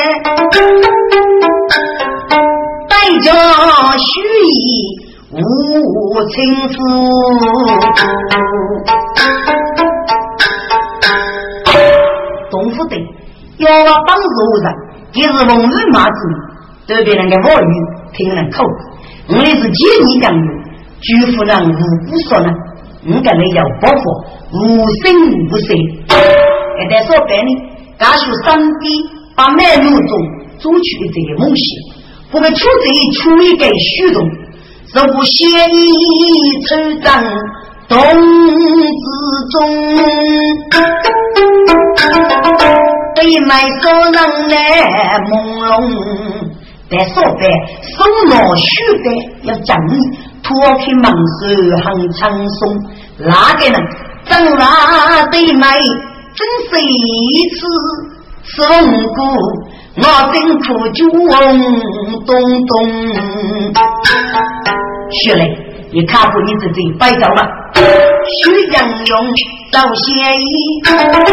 带着虚意无情夫，东府的要帮助人也是蒙日马子对别人的话语听人口我们是建议讲的居夫人无辜说呢我们要保护无声无息也在说别人假如上帝把美路中做出的这个梦想不会出自出一个虚动若不协议成长动之中被埋手人来朦胧在说白手脑虚白要讲脱开忙手很轻松哪个人正拉对埋真是一次松骨我真苦就东东是嘞你看过你自己摆走了徐阳勇赵协议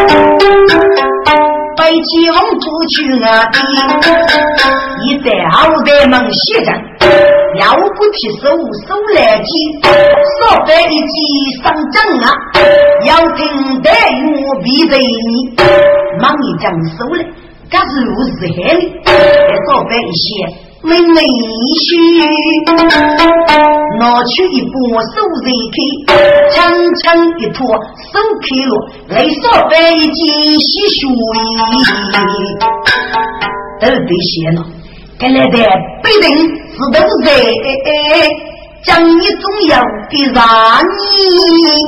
白起王出去啊一代好的梦写着要不提手来记说白一记上阵啊要听得我必对你忙一讲手来可是如此黑里说白一些妹妹须拿去一波手人开长长一坨手开了来说白一记细数都得写了看来的必定是都在将你重要的让你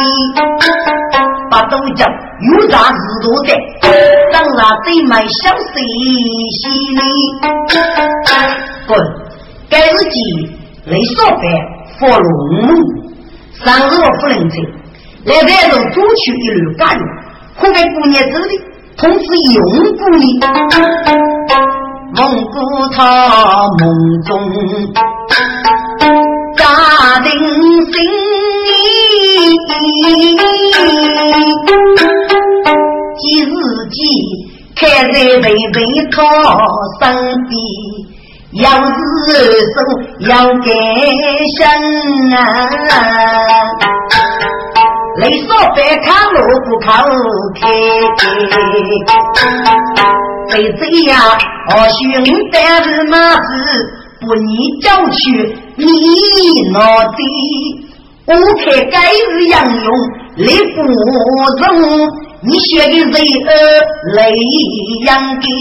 把都讲有啥子都在当然得买小水洗里滚该日记来说白佛龙三日不能吃来这种主取一缕干后面姑娘这里同时永不你蒙古他梦中家庭心记日记开在微微靠身边要日手要给生啊来说别看路不靠开非这样我寻带着马子不你叫去你脑子我开该日养用力不中你学的罪雷样的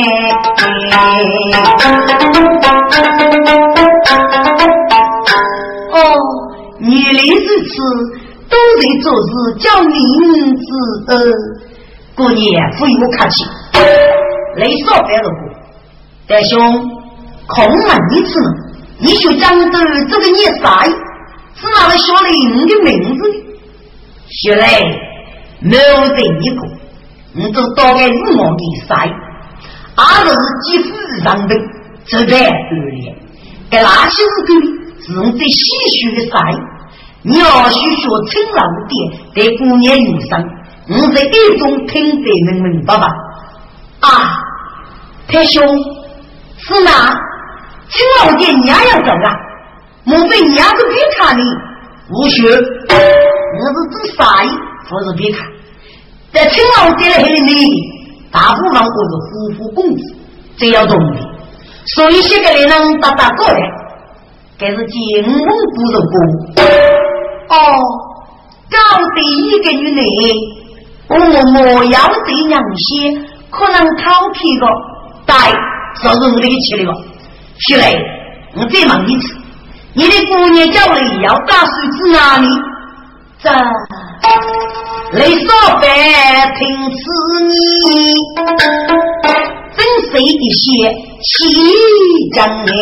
哦你的日子都得做事叫名字姑娘不由客气雷说别的过弟兄空门一次你就讲的这个你啥是哪位学了你的名字学嘞没有这一个你都大概5毛的啥而是几乎上的这在恶劣给那些个只用最细许的啥你要去学青老的给姑娘有伤你在一种听得能明白吧啊太兄是哪青老的你也要走啊莫非你也是别看你无学我是真傻不是别看在青老的黑里大部分我是夫妇公子这要懂的所以这个人能打过来这是金龙不是过哦到底一个女人我要这样些可能考批个带说是我的起来了起来我再问一次你的姑娘叫了要大水至哪里这雷说白听此你真谁一些西江人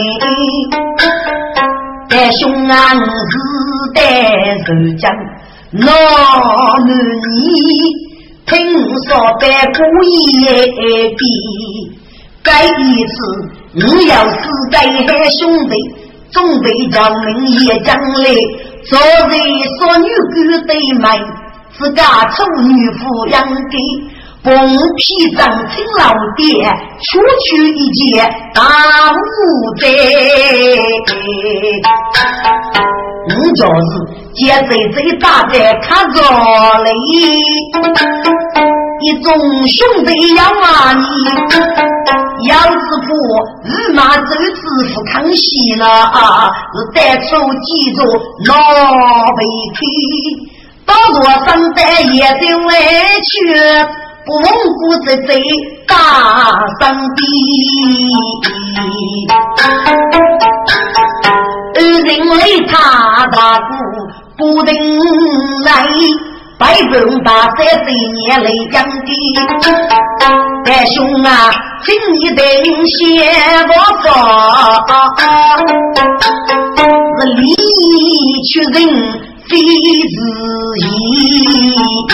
在凶案是在手江那么你听说白故意比该一次你要是在黑兄弟总得叫人也将来昨日说女婿对买自家丑女抚养的崩皮长青老爹，出去一劫大无贼。就是接贼大在看着嘞，一种兄弟要骂你，要是不日马走自负康熙了啊，是带出记住老北去，到多上代也得委屈，不蒙古这贼大上帝。人类他大鼓不能来，百分大在这年来讲的，大兄啊，请你得先我说，是离去人非自意。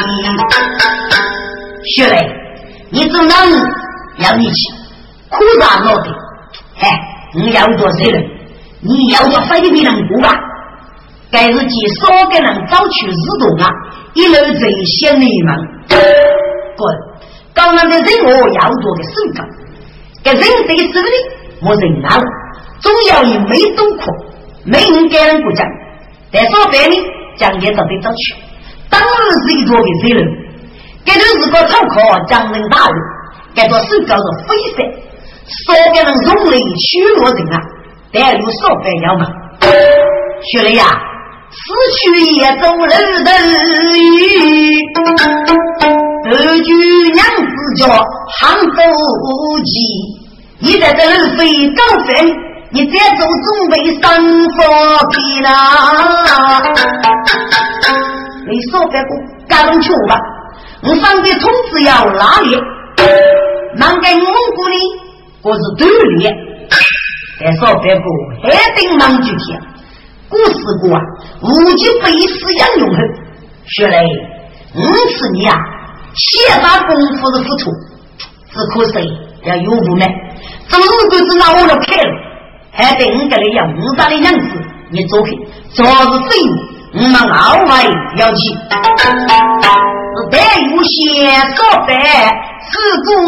薛磊，你只能要你去苦大老的，哎，你要做谁人？你要做非比人不吧？该日记少给人早去日动啊！一路这些你们滚！刚刚的人我要做的手稿，给人对手里我人拿了，总要以没懂苦，没人给人不讲，但说白呢，讲也到得早去。当日是一做的谁人？给人是个草考将人大人，该做手稿的非色，少给人容易虚弱人啊！带入少白要嘛，学了呀，死去也走人的雨，二句娘子叫杭州鸡，你在这人飞高飞，你这走准备上佛皮啦。你少白过干动球吧，我上的虫子要拉裂，能给蒙古里我是对裂。在少白过还定忙具体故事过啊，无极被死养用后学来次你啊写把功夫的付出只可惜要有无奈怎么如果知道我的开了还得你个要五大的样子你走开做是废物我们老外要去带有些少白是公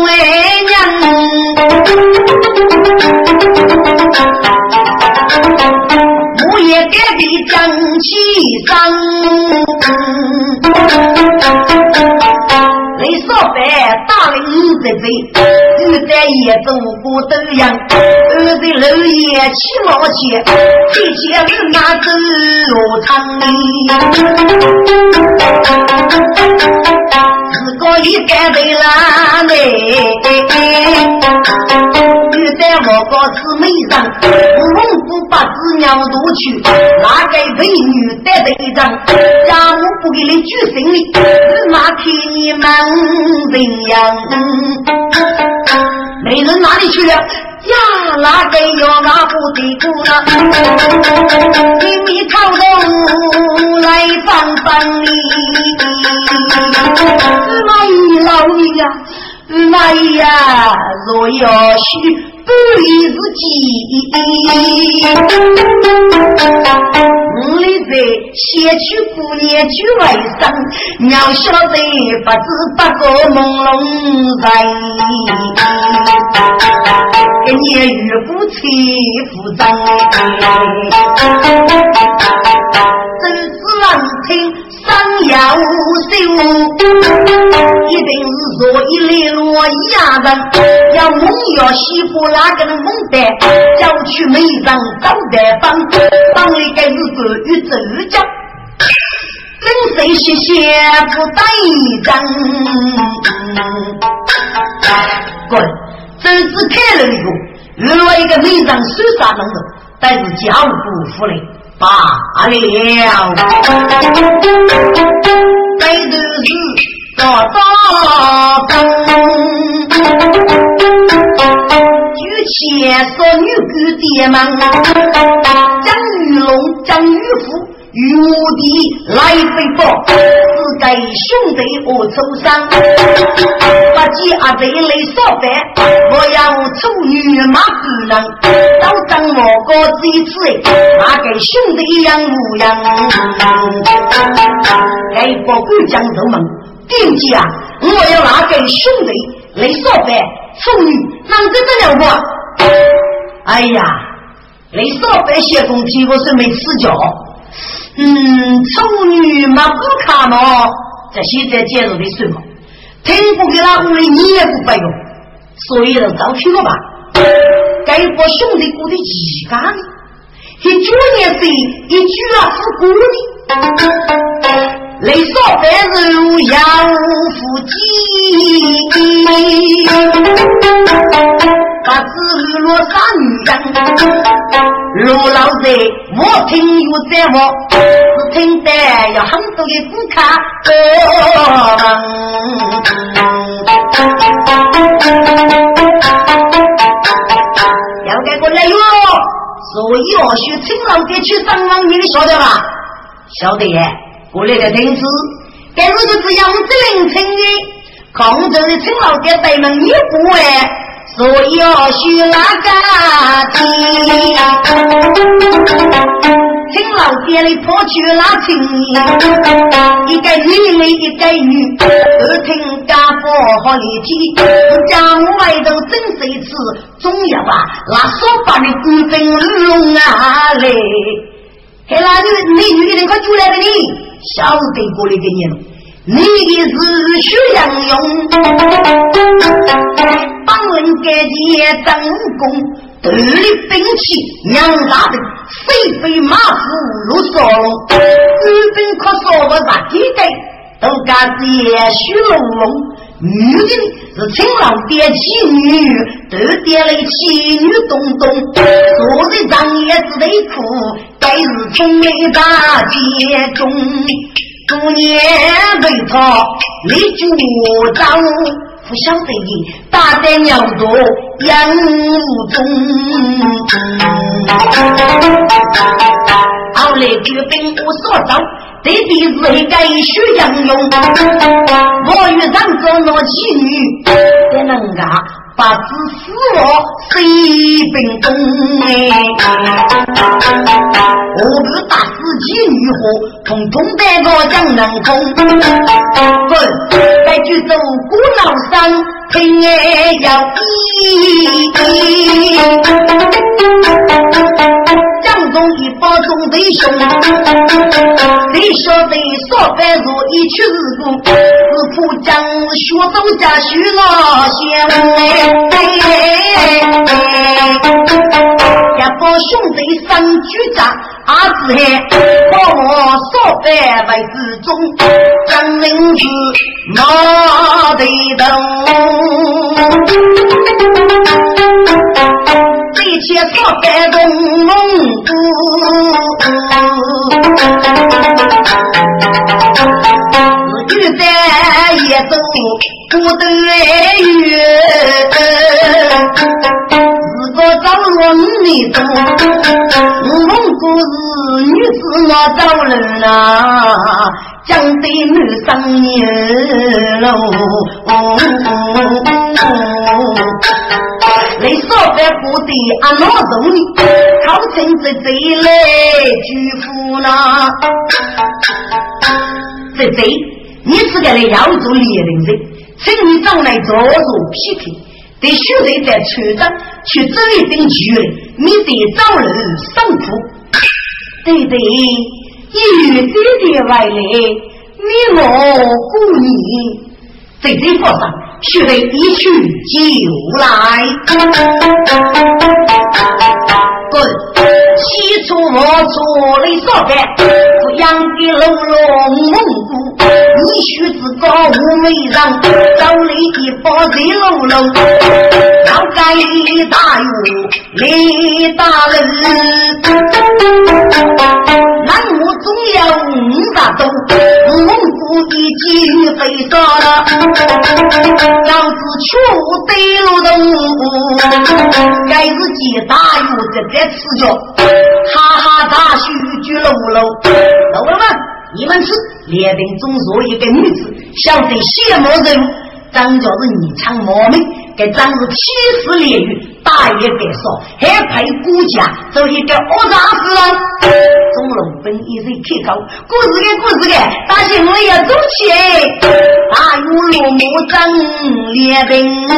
娘我也该比将其上雷少白大领这贼日在也走过的样日在楼也起毛起这些人拿着我长如果一改对了你在我个姊妹上我不把子鸟夺去拿给美女带的一张家母不给你举行里日马替你们人样没人哪里去了呀哪个有哪不得过了你米靠动来放放你哎老你呀哎呀若要许不离自己我里在写去姑娘去外上鸟晓得不知八个朦胧在给你与不欺负张真是浪听上要修一定是说一类落一人要梦要西湖那个梦的叫去美上找的帮里个日子与走家真谁谢谢不带张滚这次开了以后另外一个美上手杀能的但是家务不服嘞罢了在的是大举起说女婿爹们张玉龙张玉福与我的来飞报是该兄弟我受伤把鸡阿贼来烧白我要处女马子人到张我哥这一次拿给兄弟一样模样该不归江头们定计啊我要拿给兄弟来说白，妇女哪个得了我？哎呀，来说白写工体我是没吃脚。丑女嘛不看嘛，这现在介入的时候，听不给他屋里你也不白用，所以就找去了吧。该过兄弟过的几家呢？一九年是一句是过的。雷说白日要夫妻，把子落杀女人。罗老子我听有在我，只听得有很多的顾客要该过来哟，所以我去青老街去上网，你们晓得吧？晓得耶。过来的同志，该是就是杨子林成的，广州的青老街对门也不哎，所以要去那个青老街里破去那青年，一个女的一个女，耳听家婆和你提，家外头真谁吃，总要啊那手把你古镇弄啊嘞，嘿啦你女人快出来了你。晓得过来给你了，你的是需要用，帮人给你当工，得力兵器，娘大的谁被马虎如所龙，日本可说我啥地带，都干子也许龙龙。女的是青老爹妻女，都爹了妻女东东，昨日长也是得苦，该是从没大街中，多年为他立主张，不晓得大在鸟多养无中，后来决定无所找。这弟子也该学养用，我与上做那妻女，也能够把子死我谁并动我不打死妻女后，统统带我江南空。滚，该去走古老山，听也要江中一包中的兄，谁说的说白如一曲日故，是ผู้将学走家许了先也包兄弟三句家阿子黑，把我说白为之中，将名字马得动。这些说白动龙玉在也走不得远，如果找人你走，龙不是女子我找人啊，将对女上年喽。你说白不得啊老动你靠成这来居夫呢这你是个来要做猎人的，请你上来做做批评，得学人在车上去这一顶局了，你得找人上苦。对对，一月的外来，你我顾你，在这课上学得一去就来。滚！起初我做了说白，不养的龙龙蒙古，你须知高无美让，找了一包的龙龙，要该大有李大人，南无总要大斗，蒙古一句飞杀了，要是出对路动，该是几大有这个吃着。哈哈大须居楼楼，老人们，你们是列兵中所一个女子，想对谢魔人，张就是你唱魔名，给张是七十烈狱，大大爷别说，还配顾家做一个恶杂事人。钟龙本一人开口，故事个，大新闻要走起，大有落幕正列兵，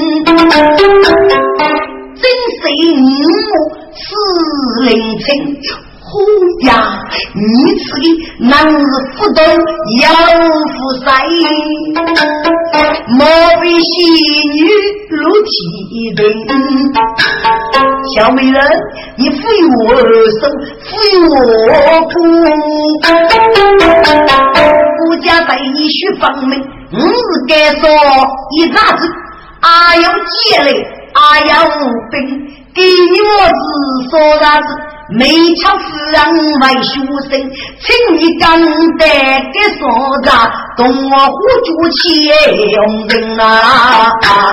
真是女母是灵清。呼呀！你此的男儿不懂要负谁？莫非戏女如其人？小美人，你非我手，非我骨。顾家在你许方面，是该说一大子，阿要接来，阿要兵，给你我只说啥子？没巧夫人为学生，请你刚得给所长，同我互助起用人啊！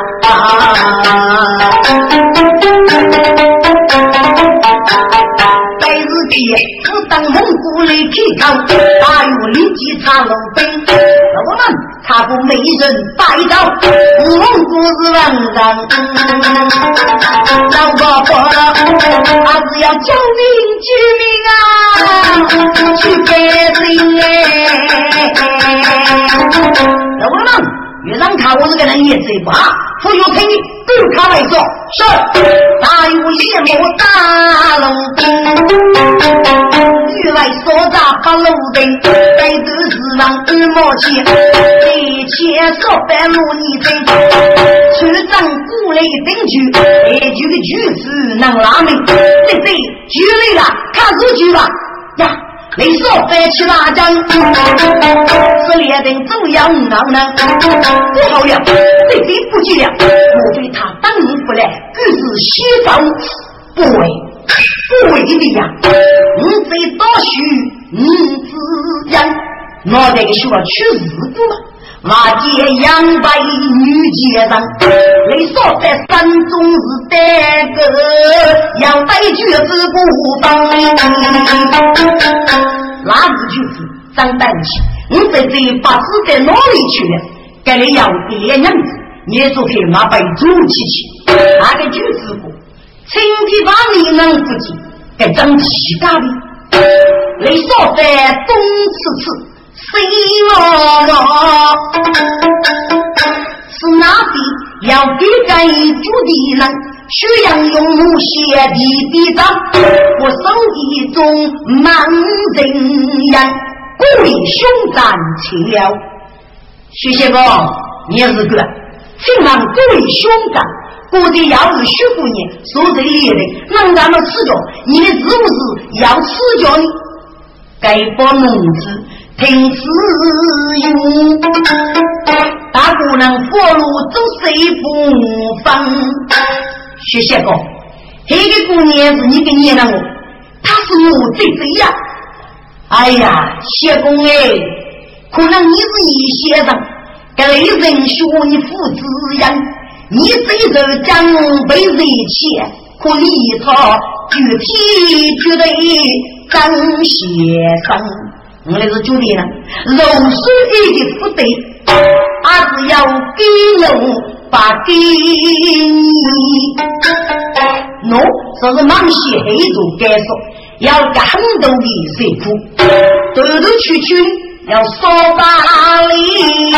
在日间，我当蒙古来开口，还有立即查路兵。我们他不没人带到，蒙古是万人。老婆婆，他是要救命居民啊，去给谁我们越让他我这个人也嘴巴，所有听你对他来说是大有烈火大龙兵，欲来所炸八路兵，在这是让日末起，一切说白路你真出战故来定居，也就个句子能拉命，这举例了，看出去吧呀。没说白起大战，是列定重要闹呢，不好了，这非不急了，莫非他当年不来，更是西方不为的呀！你这多许你自然，我这个需要去日子嘛？马街杨白女街上，你说在山中是带个要带句子不放，哪子句子张丹起？你在这把字在哪里去了？给你要一样子，你也就可以拿被主起去。那个句子不，请地方你能不记？给张起咖喱，你说在东次。谁我是哪里要给该主的人需要用木写的笔章，我手艺中满人人故意凶战起了。徐先生你也是个竟然故意凶战，估计要是徐姑娘说这里的让咱们吃掉你的是不是要吃掉你该把弄子凭此用，大姑娘佛路走谁不放？学谢哥，这个姑娘是你给你了我，她是我最贼呀！哎呀，谢公哎，可能你是一些人，给人说你父子人，你这个将被人切，可里头具体觉得真先生。我那是主力呢，肉水已经不对，还是要给肉把给你。喏，这是忙些黑族该说，要感动的谁苦，兜兜曲曲要说法理，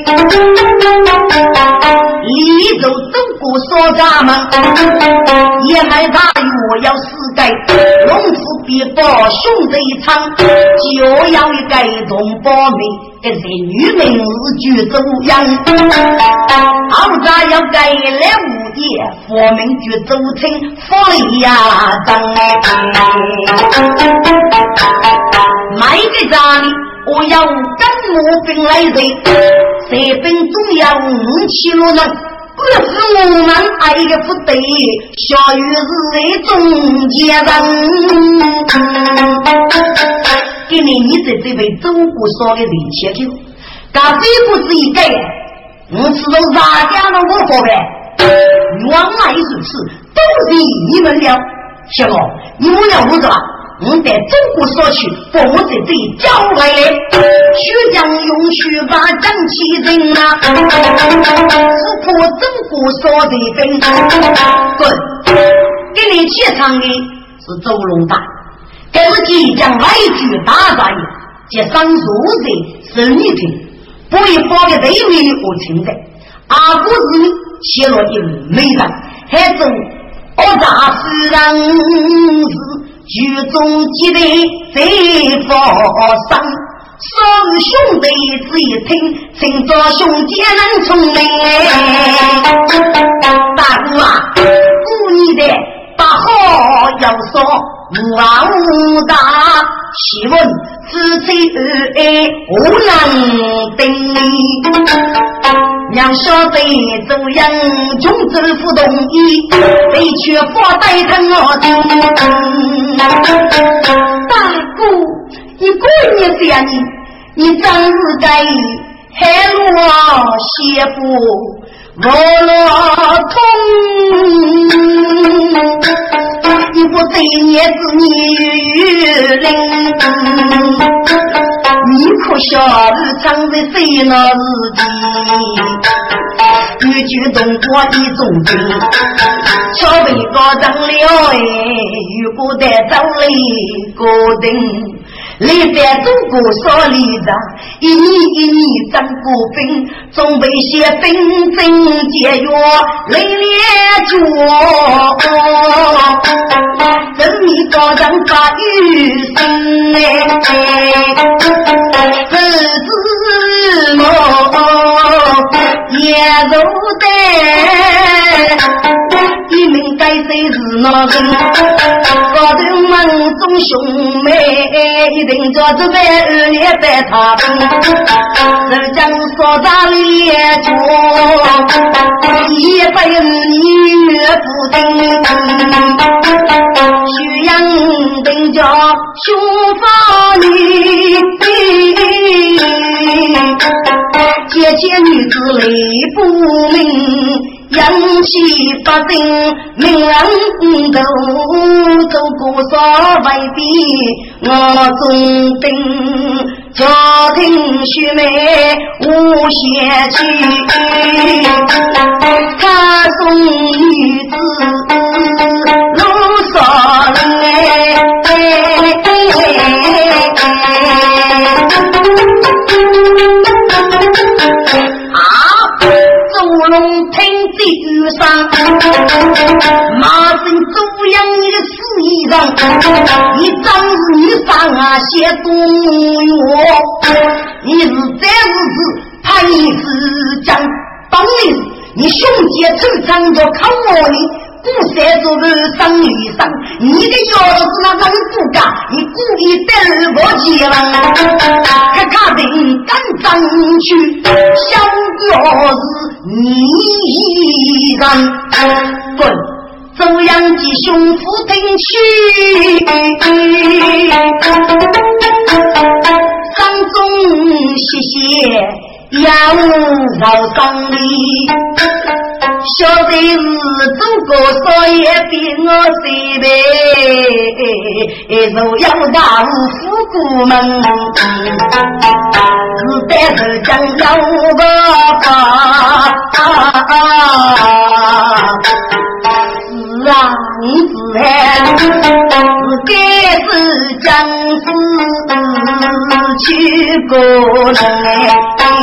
里头走过说咱们，也害怕我要死改，龙虎必报兄弟场，就要一改动保美，跟这女名字举走样，好在要改了午夜，佛名举走成佛里呀当买给家里。我要跟我兵来人，这兵总要5kg人，不是我们爱的不对，小于是中间人。给你这位中国说的李切口，他这不是一个，我知道大家的我伙伴，原来如此，都是你们了。小哥，你们了不是吧？我在中国说去，把我在这里交来了，学将用许把正气人啊，是破中国说的兵，滚！ 抗的是周龙大，这是即将来举大战也上如贼生意庭不会包的对面我情的阿姑子写了一美人还中我大夫人是剧中记得这发生所有兄弟只一听请做兄弟能聪明大姑啊顾你的把好要说无大希望自己无能定让小辈走样种子不同意被却发带疼我大姑你过年这样你真是该海路斜步我落痛你不对也是你人你可晓得藏在谁那日记欲举动过一种病稍微高涨了如果得找了固定你在中国所立的一年张国兵总被些兵争节约累烈着人民高涨发育生日子么也都得一名该谁是那人高头梦中兄妹一定做这边二年在他人将所在列着一辈女不定徐阳等着修法女姐姐女子泪不明阳气不定名人都走过所谓的我中定家庭须美无邪气他送女子如所周龙听地狱上马身周阳你的死衣裳你张日你上啊写东岳你是这日子怕你是将当你兄姐成长着看我你不写作的上女上你的腰是那种不干你故意带我起来还卡定敢上去想要是你一人滚周阳吉兄夫听去上中谢谢要绕上里小的日中国所也比我谁呗都要大富古门是带着将要个法是啊你是该是将士去过来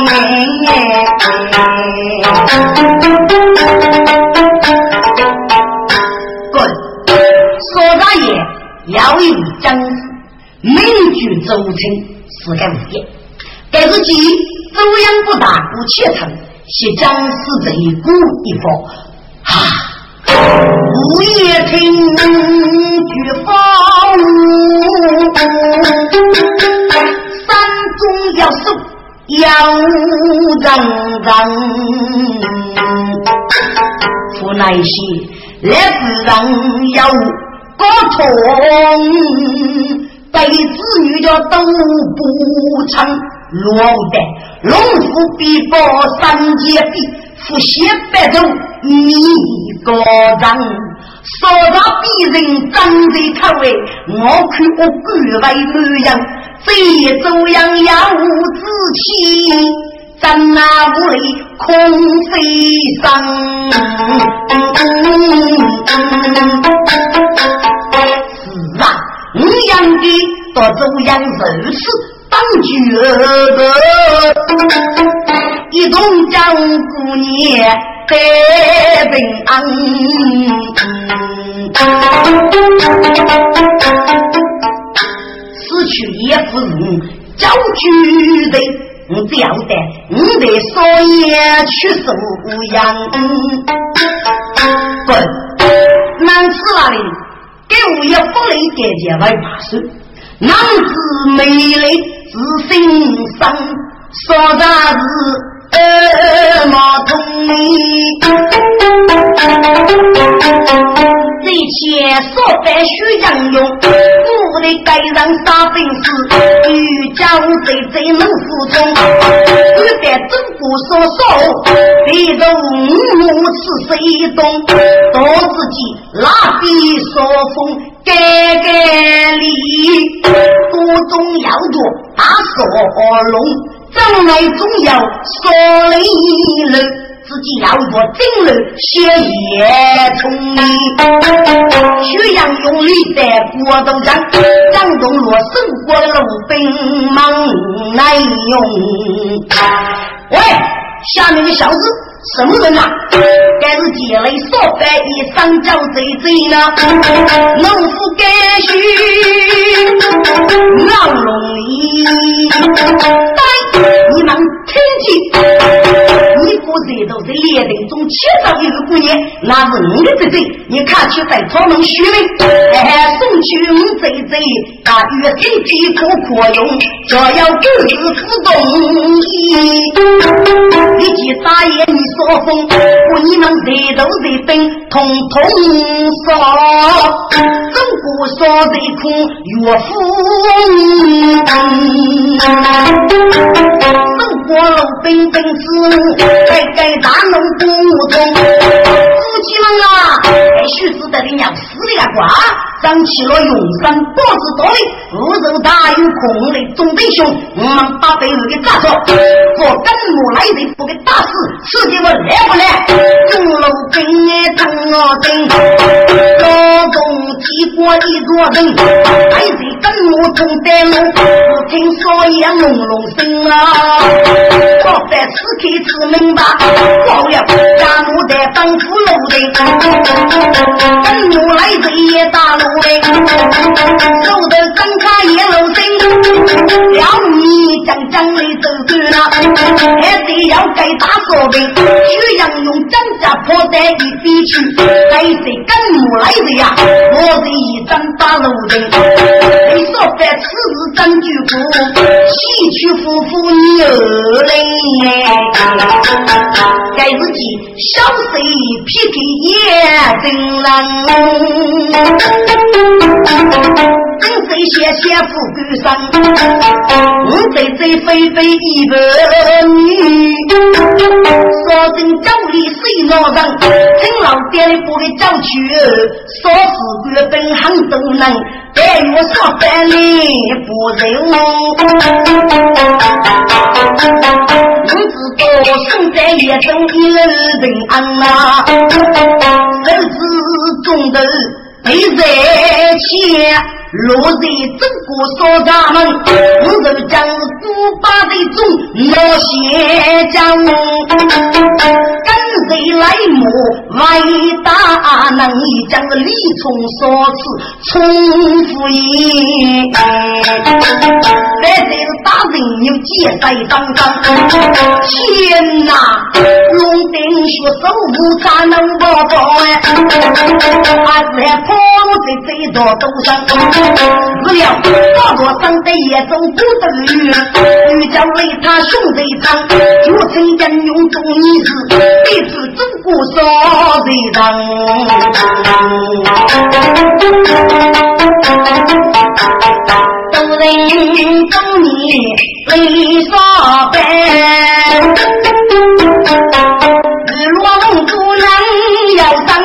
说大爷要有将士名举周成是个无言但是其周阳不大不切成是将士这一股一方无夜听举风山中要守要让出那些来自让要沟通被子女的都不成落得龙虎必报三界必复写白头你个人说到必人站在他位我看我各位女人这周样要自欺在那屋里空飞上周阳如此当局一同将姑娘得平安，失去也不是交居的表的，你得说也去收养。滚！男子那里给我也不来给姐为把手，男子美丽自心上，说啥子马通里，这些所在需养用，不得该让杀兵士与将贼能服从，不得真不说手，别都无此谁懂，都自己拉比说风改理，多中要多打所龙，将来总要说理了，自己要做精了些也聪明，徐阳用力在国都上，张东罗生活路兵忙来用。喂，下面的小子什么人啊？该是姐来说白一上交贼呢，农夫该须让龙里带你们听起，你不知都是列顶中切上一个姑娘，那是你的贼，你看去在朝门虚名，送去你贼，把月天地不可用，就要各自不动一起打野你说风，我你们谁都谁分，统统说，中国说贼苦岳父，中国路兵兵士，该打农不通，夫妻们啊，须知道你娘死的瓜，长起了永生脖子多里，无肉大有空的中弟兄，我们把背后给炸着，做根木来的不给打死，世界我来不来？中路兵也当我等，高中几国一座人，还是根木中的路，不听说也朦胧声啊！我在此刻只明白，过了家母的帮扶路的，根木来的也大路的，走的更加也路声，了你将将的走去了，还得要该打所兵，徐阳用张家坡在一比去，还是根木来的呀，我是一张大路的，你说在此日真句苦，西去夫妇你儿嘞，该自己小谁皮皮也真人，真谁写写富贵上，我这非非一个女，说真家里谁老人，听老爹的不给叫去，说是个本行都能，但我说白里不认我知道生在也中一人安啊，日子中的没在前落在中国所咱们，我都将古巴的中那些将跟谁来磨伟大能力将李从所赐重复一在这个大人有解在当中，天哪龙顶说手不咋能宝宝还是还跑在这座都上资料大多上的也都不得遇叫为他兄弟长就曾经用中医师彼此中国说的长都人中你为啥办日落不能要当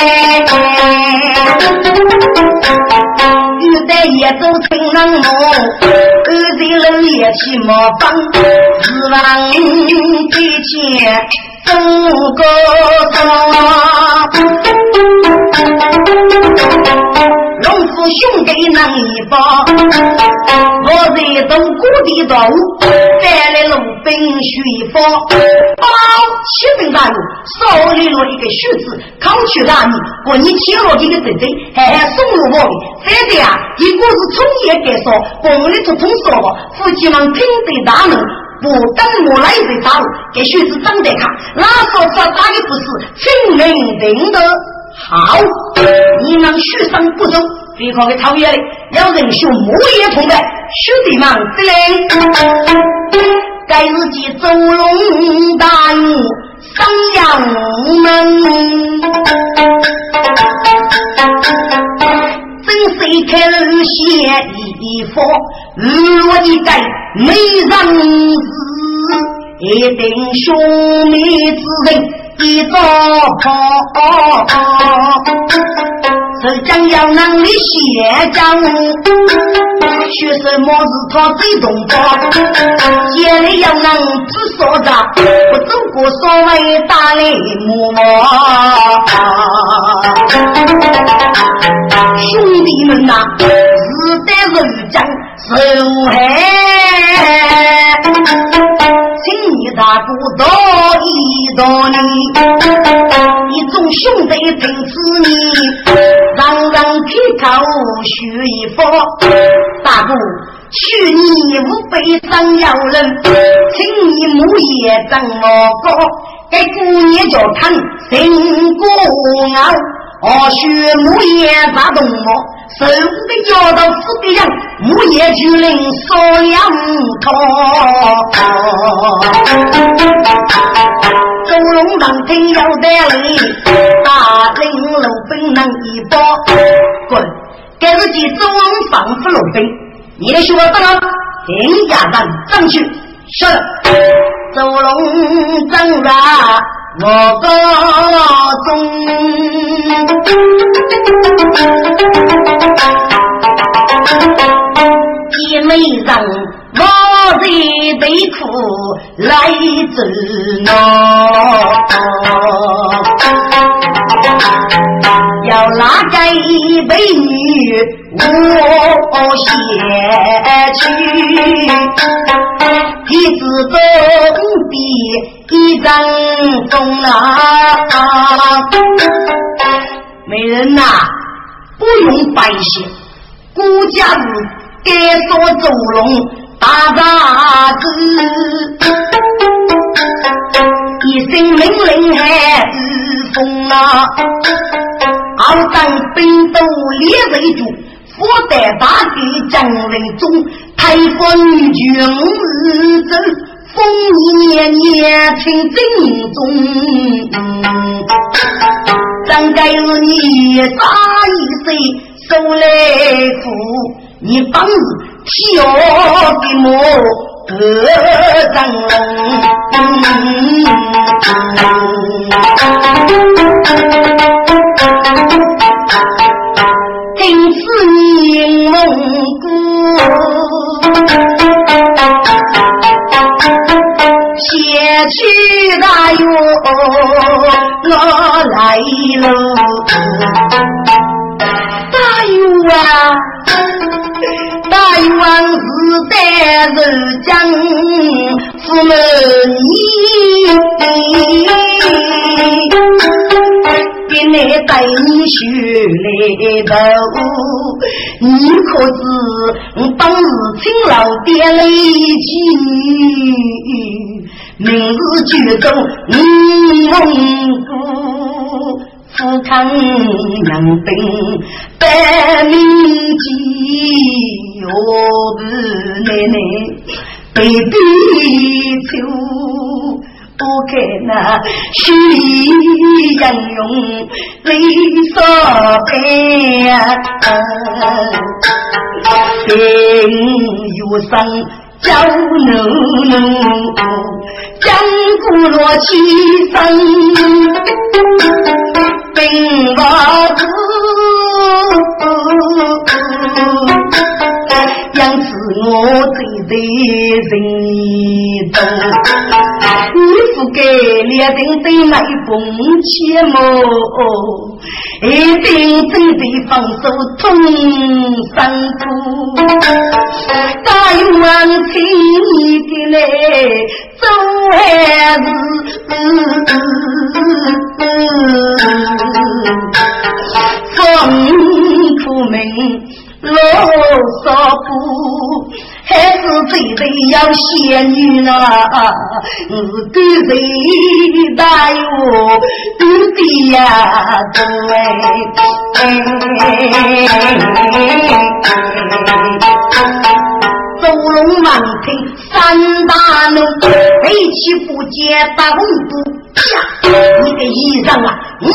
也都成人梦，二的人也去模仿，指望这些中国龙夫兄弟能一包，我在东谷的道带来路兵水方包七分大路手里落一个须子考取大米我你切落这个等等还送入我里反正啊一个是从业改说我们的通说吧夫妻们听得大门不等我来的大路给须子长得看那说这大的不是清明定的好你能续上不走非靠给讨厌的要人修木也同的兄弟们之类该日记走龙大雨上阳门真谁开写一佛如我一改没让子一定兄妹之人一座跑这将要能力写将学什么是他最懂得夜里要能只说着不走过所谓大雷幕兄弟们呐日得人将手黑请你大不多一多你一种兄弟凭此你让开口许一佛大姑去你无悲伤要人请你母也怎么过该姑爷就看心过熬我许母也打动我手的要到死的人母也去领说两头周龙当天要带领大领路兵能一波滚给自己周龙防护路兵你的说不能停下站上去是周龙挣扎我个中也没让我的悲苦来自我要拉开美女我写去一直都比一张中美人呐不用白写孤家子该说走龙大大子一声命令还是风傲当兵斗列为主佛在大地将人中太过女君日真风一年年清正中张该日你大一岁受累苦你帮日跳的魔张听此你蒙古写去大哟我来了大哟啊大哟王子带着将父母你给你带你学来头你可知当日勤劳爹累起明日举走蒙古富康养兵百名计我的奶奶被逼求不给那虚人用离所悲心有伤叫奴将古罗起身并我子养子我最的人懂你不给列定的买风切么一定真的放手痛伤苦，大勇往情意的嘞走还是风苦命啰嗦不，还是最得要仙女呢，我对谁大有对的呀对，走龙满庭三大龙，背起不接大红布，你个衣裳啊我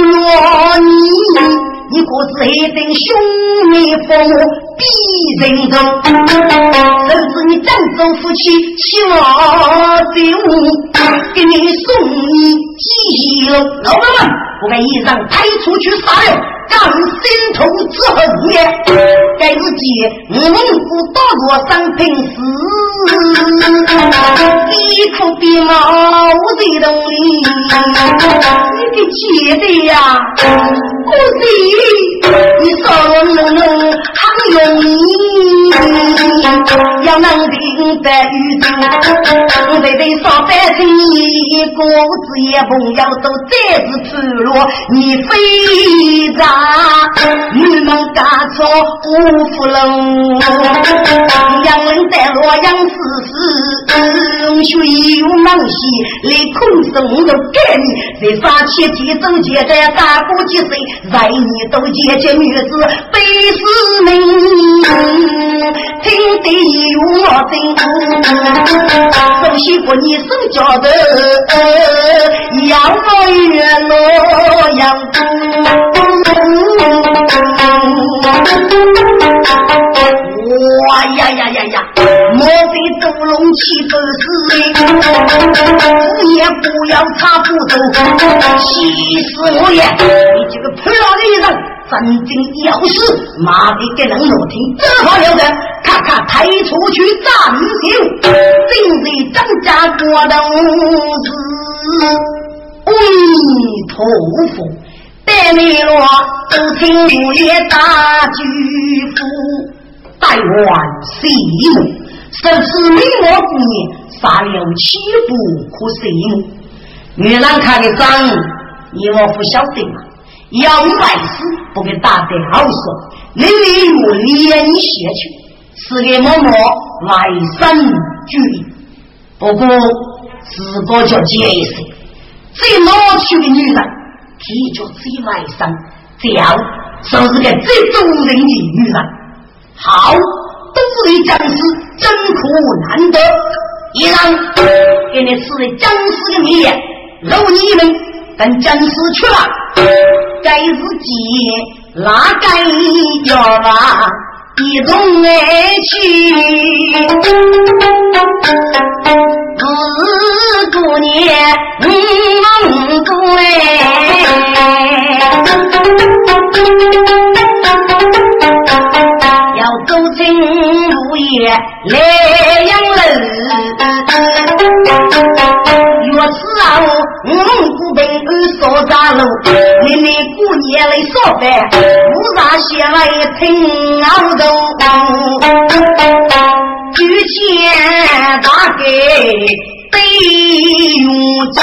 你可是一定兄妹父母必人中，甚至你正宗夫妻妻我的我给你送你几楼，老板们我把衣裳抬出去杀了刚心头之恨也，该日记我们不多多伤平死，一口鼻毛的动力你给接的呀不是你说能很容易要能定在宇宙对对说白情果子也不要走这次出落你非常你们干错无福龙洋人在洛阳死血有忙西离空生都给你谁发起几周节在大国几岁在你都结结女子被死命听得有我真熟悉过你手脚的要我越洛阳哇呀呀呀呀莫非斗龙气不是也不要差不多气死我也你这个破老的人真正要是马的给人落听这好了的看看抬出去战秀今日张家国的是阿弥陀佛带你落都听我也大举夫待完西母甚至没我姑娘杀了七步可西母女人看的脏你我不晓得吗要百事不给大得好说你我连你写去是给某某来生距离不过自个就结一些最老去的女人体就最外生这样就是个最动人的女人好都为将士真苦难得一让给你吃的将士的米肉你们等将士去了该自己哪该要了一同而去过年过要走进午夜来养人若是不被所扎路你过年来说呗无啥写来听熬斗举钱打给被用真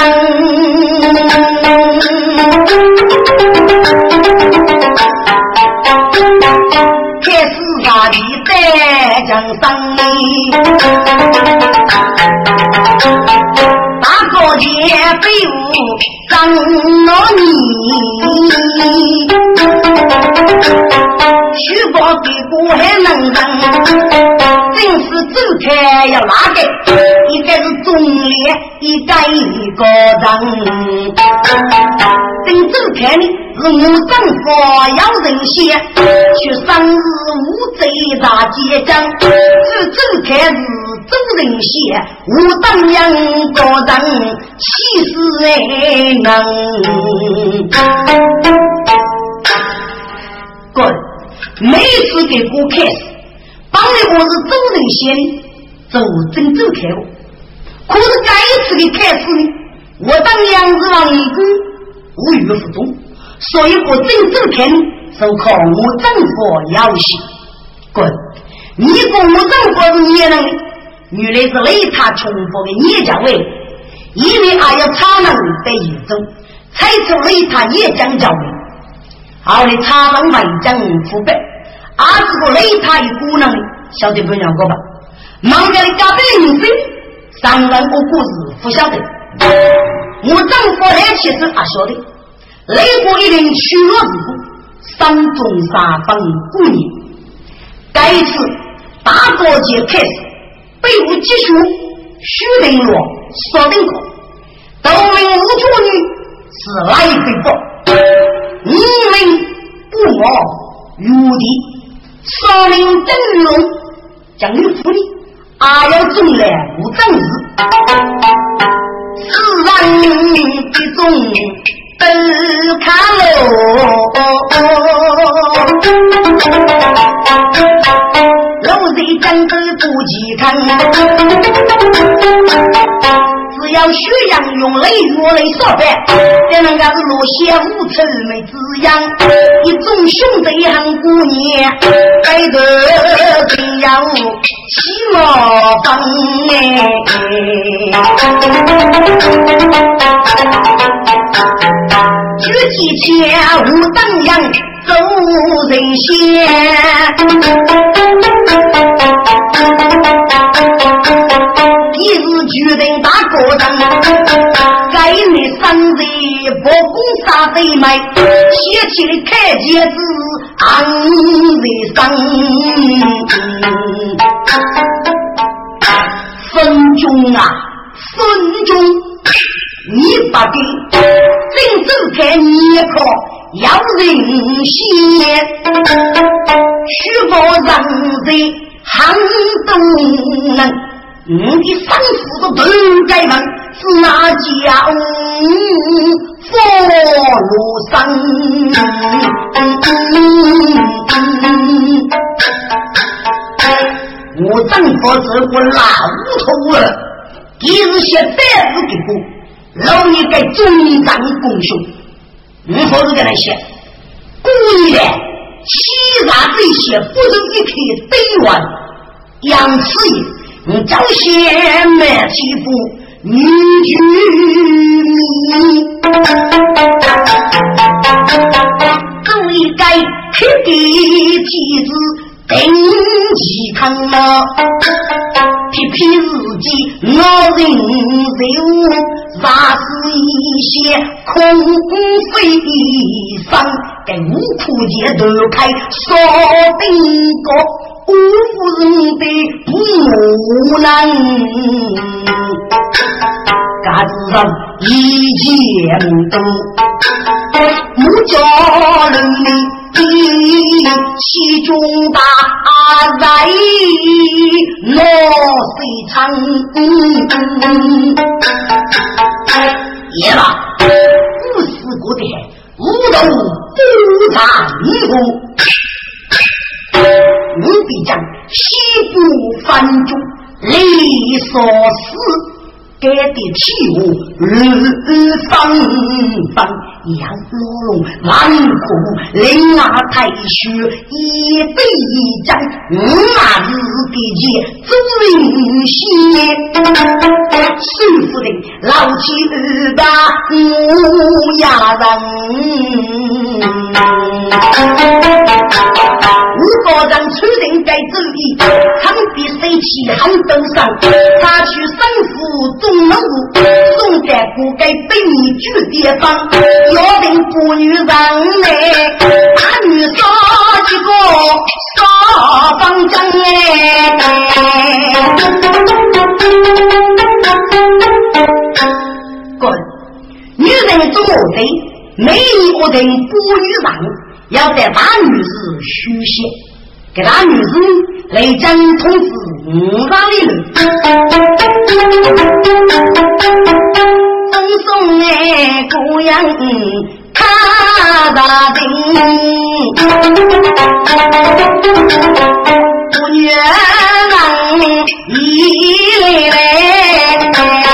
开始把你带上上你大哥姐被我张了你许多给我还能让正是走开要哪个一个是中烈一个人正走开呢是我政府要人些去生日无贼大街江是走开是走人些无当阳个人气势能滚每次给我开始帮的我是走人些走真走开我可是该一次的开始我当样子往一个无语不中所以我真正看是受靠我政府要挟。滚！你跟我政府是你能，原来是雷他重复的叶家位，因为还要差能被一种，才出雷他叶将教育。好的，差能外将腐败，这个雷他一股能，晓得不了过吧？忙家的家被人生，上人个故事不晓得。我政府来其实晓得，雷国一人虚弱之故，山中沙方过年。该次大作节开始，被我继续虚定落锁定口，都名无处女是来非不，你们不我如敌，说明真龙将于福利，要中来无正事，自然之中都看楼贼真的不及看，只要血样用泪若泪所办，才能够是落血无耻没滋养，一种兄弟很姑娘该得真要起我方举起前无当阳走人先，一日决定打过仗，该你三日不攻杀贼买，写起的开节子昂人生分中啊分中，你把的真正开你可要人先，虚报让人寒冬人，你的生死都不该问，是哪家佛路上我政府这个老头了，一日写白字给过，老你该中长功雄，你何时给他写？故意的欺诈这些不是一颗对完，杨次也你招贤没欺负女居民，故意该去给妻子等其看了批批日记我人人啥是一些空费伤，给无苦节都开说定个无夫人的不能嘎子上一见都木家人的其中大在落水长也罢，不死过的无头不长后，你必将西部翻中力所思给的气物日方方杨罗龙万苦灵马太虚一对一张那日的节周人心师傅的老妻日吧母呀人如果让出人该注意常比谁起寒登上他去生父中门送给不该被你拒地方有人不女人嘞大女杀几个杀方针滚女人做我的没有人不女人要在大女子虚线给大女子来将通知哪里人赠送哎姑娘卡大兵不女人一来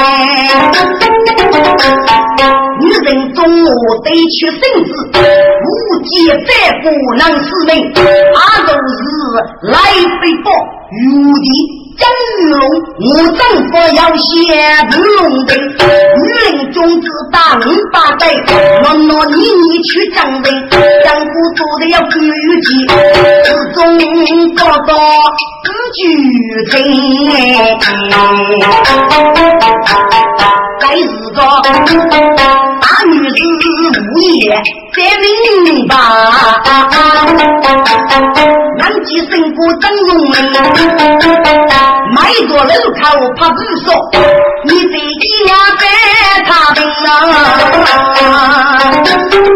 女人中午得去生子无无解百不能是命，他都是来飞报有的。张玉龙，我丈夫要写不龙的，女人种子大五八代，诺你去张人，江湖做的要规矩，始终做到具体。该是个大女子无业在明白，南极胜过张荣门，买多人口怕不说，你这一呀白他病啊，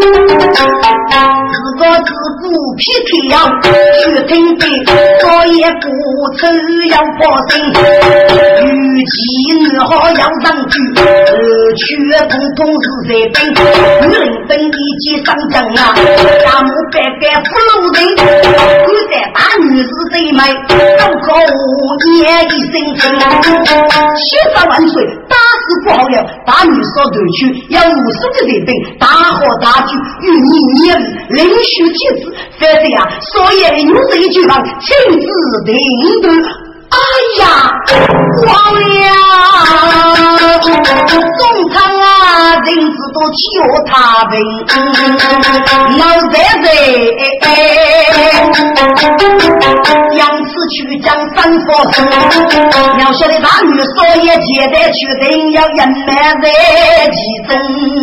自个自顾皮皮样去听的，所以不吃要破身，与其女好要上去，却通通是在病，女人本一起上阵啊，大母白白不露人，古代大女是谁买，高口也一身轻，70万岁打死不好了，大女所对去要50个人病，大好大举与你也连续帖子，反正啊，所有女人一句话亲自领的。哎呀，光了！中场啊，人子都求他病，老在杨氏去将三佛生，渺小的大女所也接待去定要人来在其中。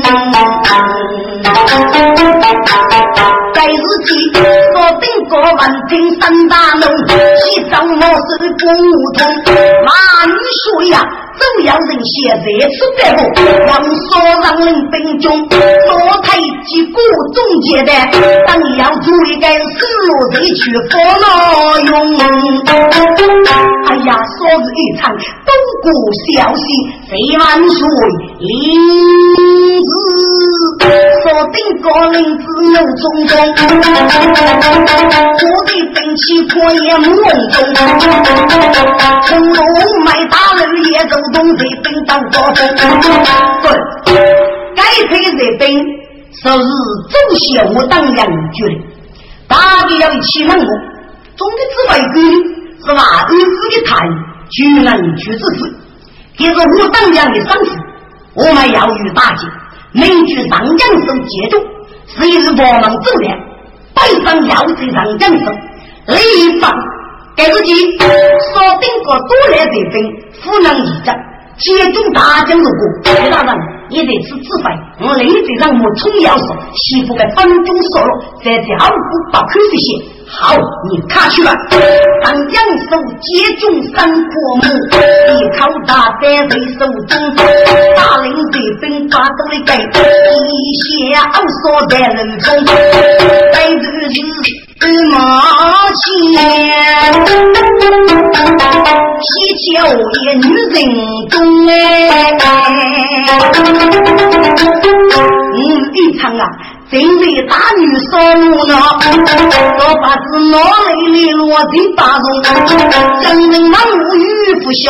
在日记说定过万听三大龙，西藏模式不通，那你说呀，都要人写这次白布，让所让人兵中多太极鼓总结的，当要注意该思路这去佛老用。哎呀，说是一场东古消息，谁万岁临日说定过令自由中中，我的兵器可也梦中，从龙买大人也走东北兵当国风。对，该配这兵说是中小我当阳觉得大概要一起能我中的智慧规律是吧？日子的谈居能去之事，也是我当阳的上司，我们要与大姐能去上将手接住，是一日我们走了拜上要这上将手另一方给自己锁定过多来这兵不能一战接住大将如果给大人也得吃自费，我雷得让我冲要手媳妇的分中收入在这不把亏这些好你看去吧，当将手接中三国木一靠大在谁手中大领这兵把都来给一些所在人中在日日马前喜求也女人中一场啊真为大女所怒呢，我把子脑里落在大中，人人忙无语不消，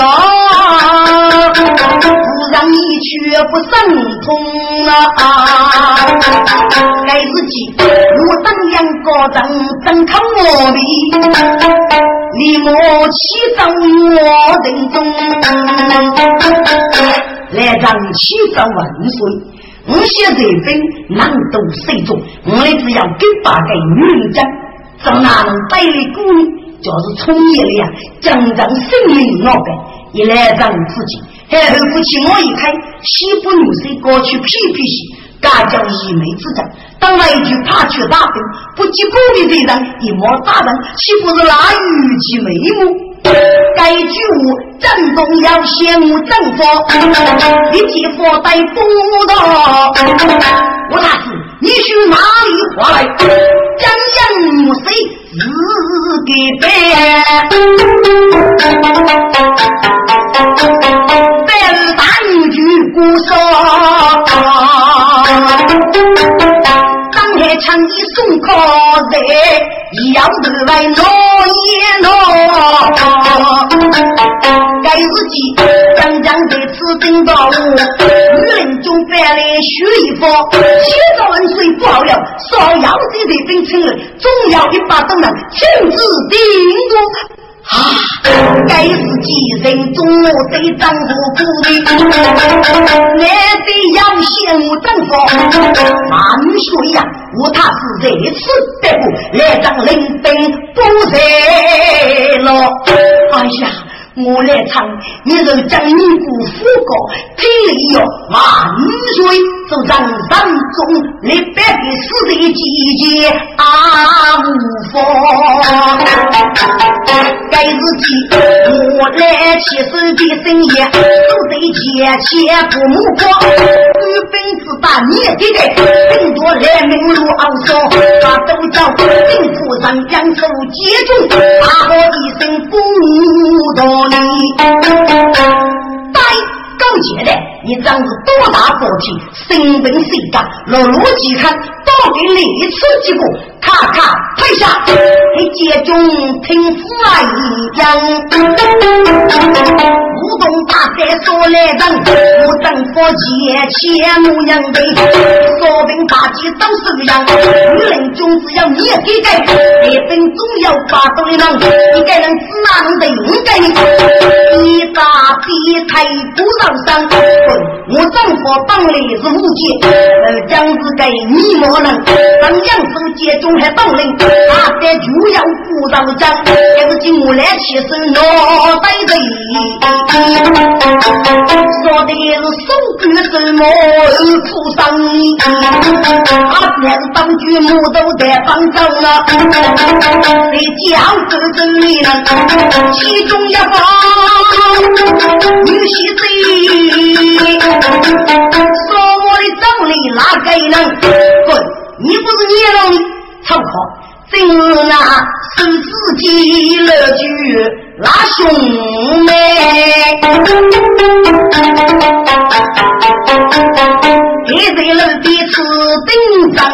不让你却不生通啊！该自己我当阳高当真看我的，你莫起早我人中，来让起早万岁。我现在分难度谁重，我只要给把给女人讲，怎哪能带来鼓励，就是从业了呀，讲生命老板，一来让自己，还后不起我一开，西部女生过去屁屁戏，大叫一枚之战，当来一句怕去大兵，不及不的这人一模大人，岂不是拿语气眉目？该句武战动要羡慕政府，一起佛带不到。我大师，你去哪里话来？将阳母谁自给背？白日大女举鼓手，当海唱一送口人。 要得来挪也挪。该日记将将对此等到女人中白来许一佛写着文水不好了，所要的这份情人总要一把灯人亲自叮嘱该是几人中对丈夫不理，那得要羡慕丈夫满水呀，无他是这次得不来张领兵不在了。哎呀，我来唱你人将你骨复过体力有万岁，就让山中你别给死的季节无风该日记我来起身的深夜都得切切不目光日本自大你也给更多来明路昂首把都叫政府上将手接住大喝一声不懂拜高洁的你长子多大个体身本谁干老逻辑看到底哪一次结果咔咔退下给接中听父爱一样无动大概说来人不等佛节切模样的说明大姐都是样女人中只要你也给改一分钟要发动的人一个人只能的应该一大比太不让上我丈夫帮里是无解将是给你莫能当样手接中还帮领他在主要不让讲也是经我来起身脑袋里说的是手举什么出上他才是当局母都在帮着了你讲这真理了其中一方女婿贼说我的张力哪个人滚你不是捏了你唱好真啊是自己乐剧拉兄妹给谁人彼此顶上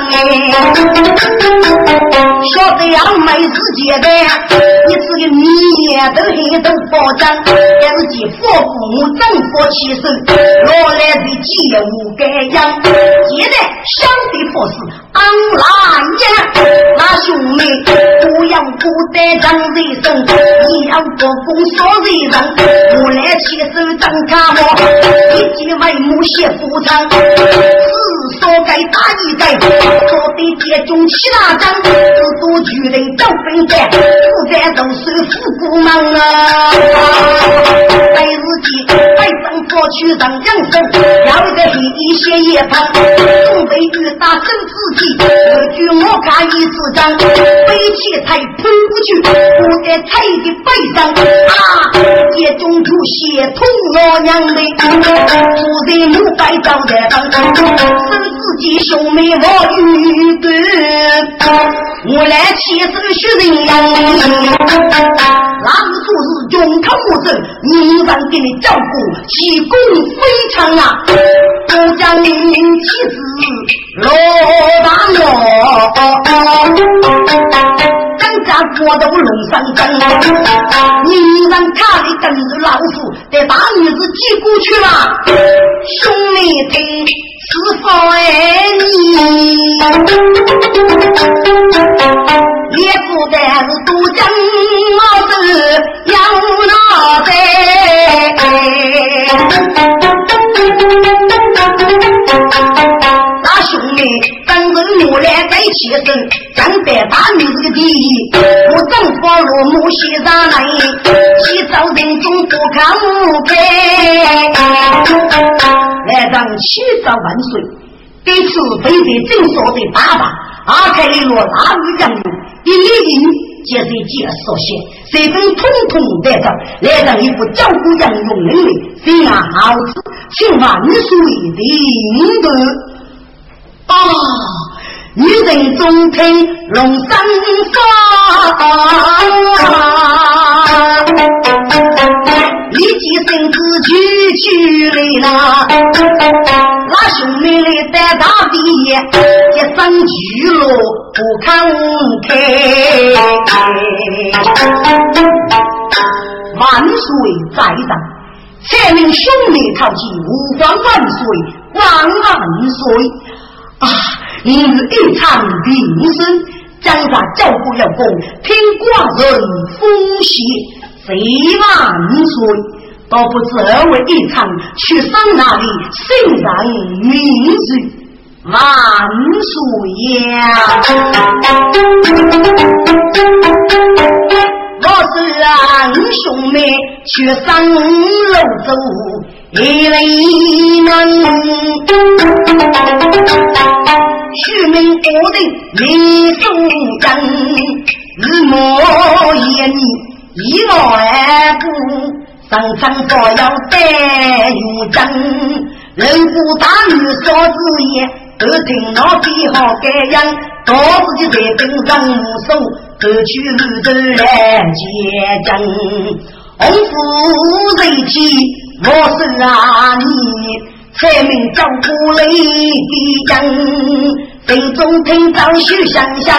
说这样没世界的你是个你的黑都保障也是几父母丈夫其实落来的借物该样现在相对佛事昂拉呀拉兄妹不要不得让人生你要做工作的人我来起身张卡我一起为母写服长是说该打一该说的接中其他张多举人都分开不再都是复古忙啊在日记在上过去让养生要一个一些夜旁东北雨大声自己据我看一次张悲切太喷不去不该太的悲伤接中出血痛我娘的出人母白照在当生自己兄妹我遇对我来起身学人样那是说是中康木子你让给你照顾其功非常不将你妻子罗大我张家国都龙上阵你让他的跟着老虎得把女子寄过去了兄妹听是否爱你也不得是独将帽子要拿在那兄妹当着我来该起身将白大女子的第一我丈夫落母西上来洗澡人中不看不配来让洗澡万岁这次非得正所的爸爸阿开利罗大鱼将军一零接着接所写谁分统统带着来让一副照顾养用能力虽然好子请万岁领的女人中听龙山一起身子去来了那兄妹来在大地一生巨落不看开万岁在上，才令兄妹靠近吾皇万岁，万岁啊！你一场平生，将他照顾要公，凭寡人风险，谁万岁？倒不知二位一场去上那里，欣然名字。万岁呀！我是让兄妹去上楼走，一类门虚名我的李松人，日莫言一外不上场所要带入真，人不大女说之言。都听到最好该样，到自己在跟上无手，都去路头来接将。红夫人妻，我是啊你，才明照顾雷的将，心中听到许想想。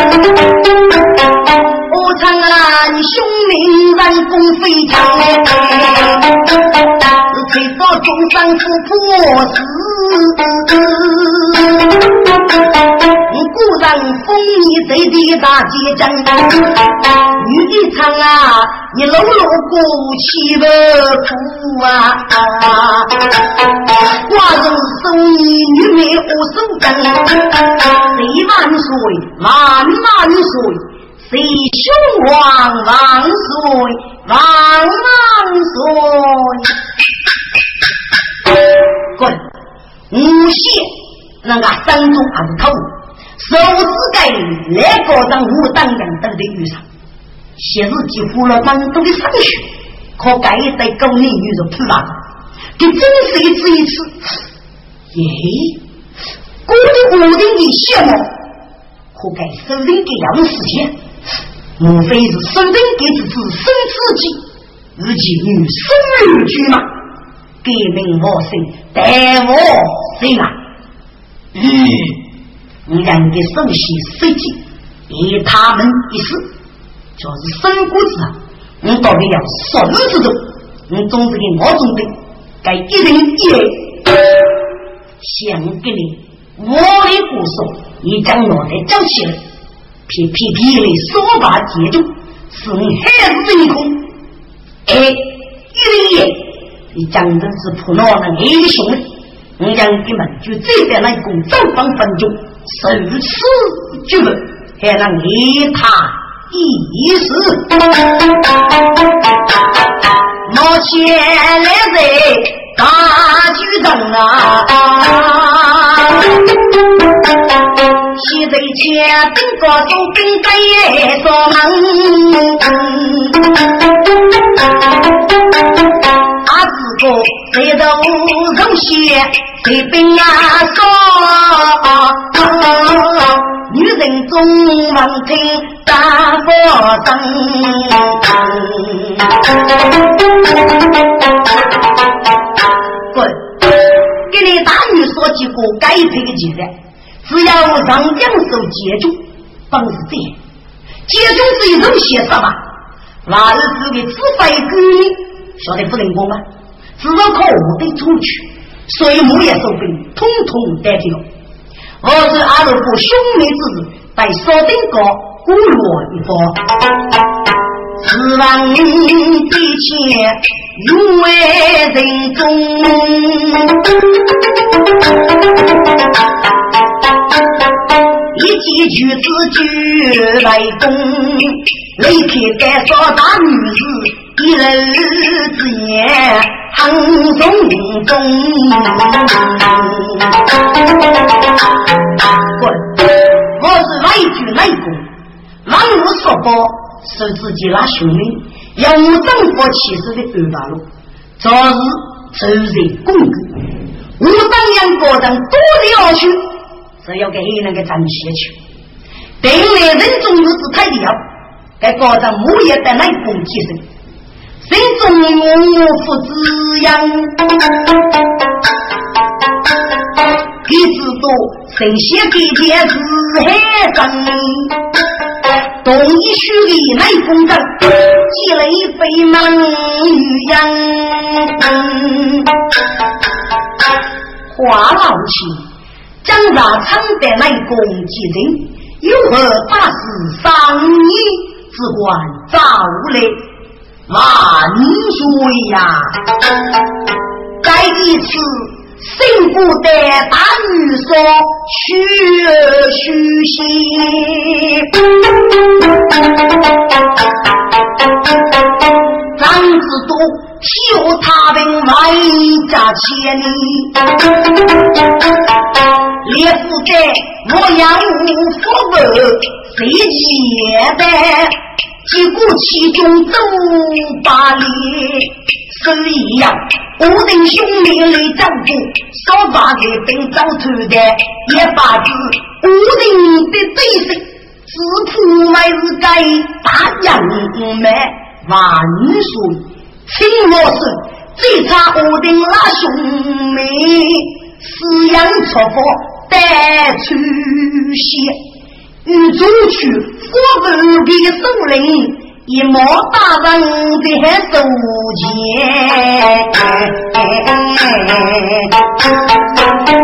我长安兄名人功非常，最早中山府破死。固然封你贼的大街将，女的唱啊，你搂搂过气不苦啊！寡人送你女美无手灯，谁万岁万岁，谁兄王万岁万岁！滚！无限那个山中还是头手指盖来高张武当人等的遇上昔日几乎了当中的上学可改在高龄女人出来给真是一次耶孤的的羡慕可改手人给要实现无非是手人给自己生自己自己女生女居嘛给命我生带我生啊两个圣贤设计以他们一事就是生故事啊我到底要说日之中我总是给我总的该一人一人想给你我的故事你将我的交起来皮的说法解救是你害死真空一人一你讲的是普罗的英雄，我讲你们就这边来攻正方分就首次就问，还让你他意思。我前来在大局中啊，现在前等个都应该做谁都容血谁兵啊说女人中望听大佛声滚给你大女说几个该配的记载只要让两手接住方是这样接住是一种写什么那日子给自发一个晓得不能过吗只要靠我的出去所以母也受兵统统代替了我是阿罗布兄妹之子在锁定国孤落一方此望的切永为人中一记句子句来攻雷铁该说大女子一人之言杭中中我是来句来攻让我说过是自己拉兄妹要我政府起事的二大路昨日周日公告我当阳国等多的要求只要给那个展现去对外人中如此太厉害该国等母也在来攻击生心中我父滋养一直都神仙给天是黑生东一须里来公正，积累飞满玉阳。花老气，张大常的来攻击人，有何大事上你只管早来。万岁呀！该一次幸福的大女说虚息，张子都替他兵外家千里，列夫在洛阳无福本谁也的几股其中都把里是一样，无人兄妹来照顾，少把给兵招出的也把子无人的对手，只铺来是该大洋们万岁，请我是最差无人拉兄妹，饲养错佛带出血。与主去佛本的首领一毛大人的手间，